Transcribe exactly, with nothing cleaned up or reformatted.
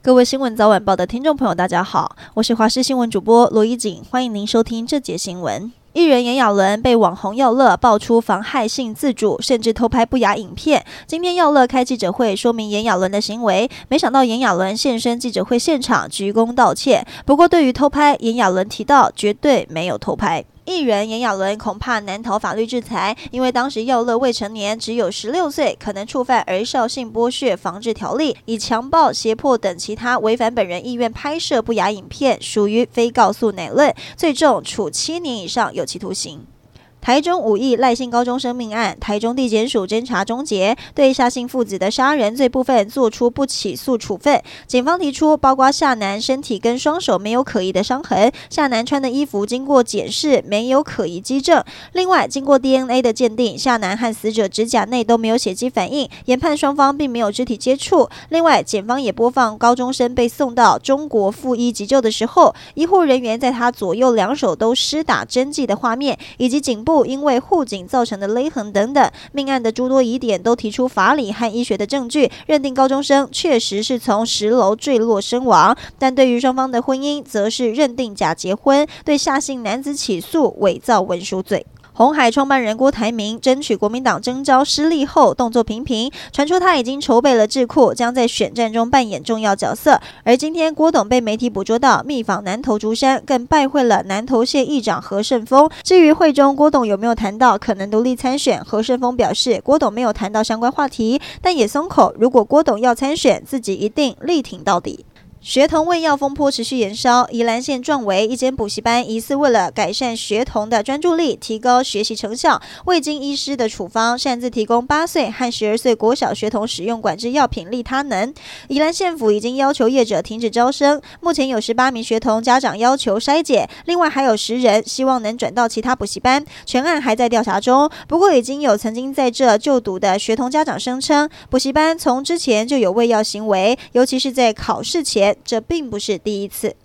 各位新闻早晚报的听众朋友，大家好，我是华视新闻主播罗怡景，欢迎您收听这节新闻。艺人炎亚纶被网红耀乐爆出妨害性自主，甚至偷拍不雅影片。今天耀乐开记者会说明炎亚纶的行为，没想到炎亚纶现身记者会现场鞠躬道歉。不过对于偷拍，炎亚纶提到绝对没有偷拍。艺人炎亚纶恐怕难逃法律制裁，因为当时耀乐未成年，只有十六岁，可能触犯儿少性剥削防治条例，以强暴、胁迫等其他违反本人意愿拍摄不雅影片，属于非告诉乃论，最重处七年以上有期徒刑。台中五亿赖姓高中生命案，台中地检署侦查终结，对夏姓父子的杀人罪部分作出不起诉处分。检方提出，包括夏男身体跟双手没有可疑的伤痕，夏男穿的衣服经过检视没有可疑基证。另外，经过 D N A 的鉴定，夏男和死者指甲内都没有血迹反应，研判双方并没有肢体接触。另外，检方也播放高中生被送到中国附医急救的时候，医护人员在他左右两手都施打针剂的画面，以及颈部因为护颈造成的勒痕等等，命案的诸多疑点都提出法理和医学的证据，认定高中生确实是从十楼坠落身亡。但对于双方的婚姻，则是认定假结婚，对夏姓男子起诉伪造文书罪。鸿海创办人郭台铭争取国民党征召失利后，动作频频，传出他已经筹备了智库，将在选战中扮演重要角色。而今天郭董被媒体捕捉到密访南投竹山，更拜会了南投县议长何胜峰。至于会中郭董有没有谈到可能独立参选，何胜峰表示郭董没有谈到相关话题，但也松口，如果郭董要参选，自己一定力挺到底。学童喂药风波持续延烧，宜兰县壮围一间补习班疑似为了改善学童的专注力，提高学习成效，未经医师的处方，擅自提供八岁和十二岁国小学童使用管制药品利他能。宜兰县府已经要求业者停止招生，目前有十八名学童家长要求筛检，另外还有十人希望能转到其他补习班，全案还在调查中。不过已经有曾经在这就读的学童家长声称，补习班从之前就有喂药行为，尤其是在考试前，这并不是第一次。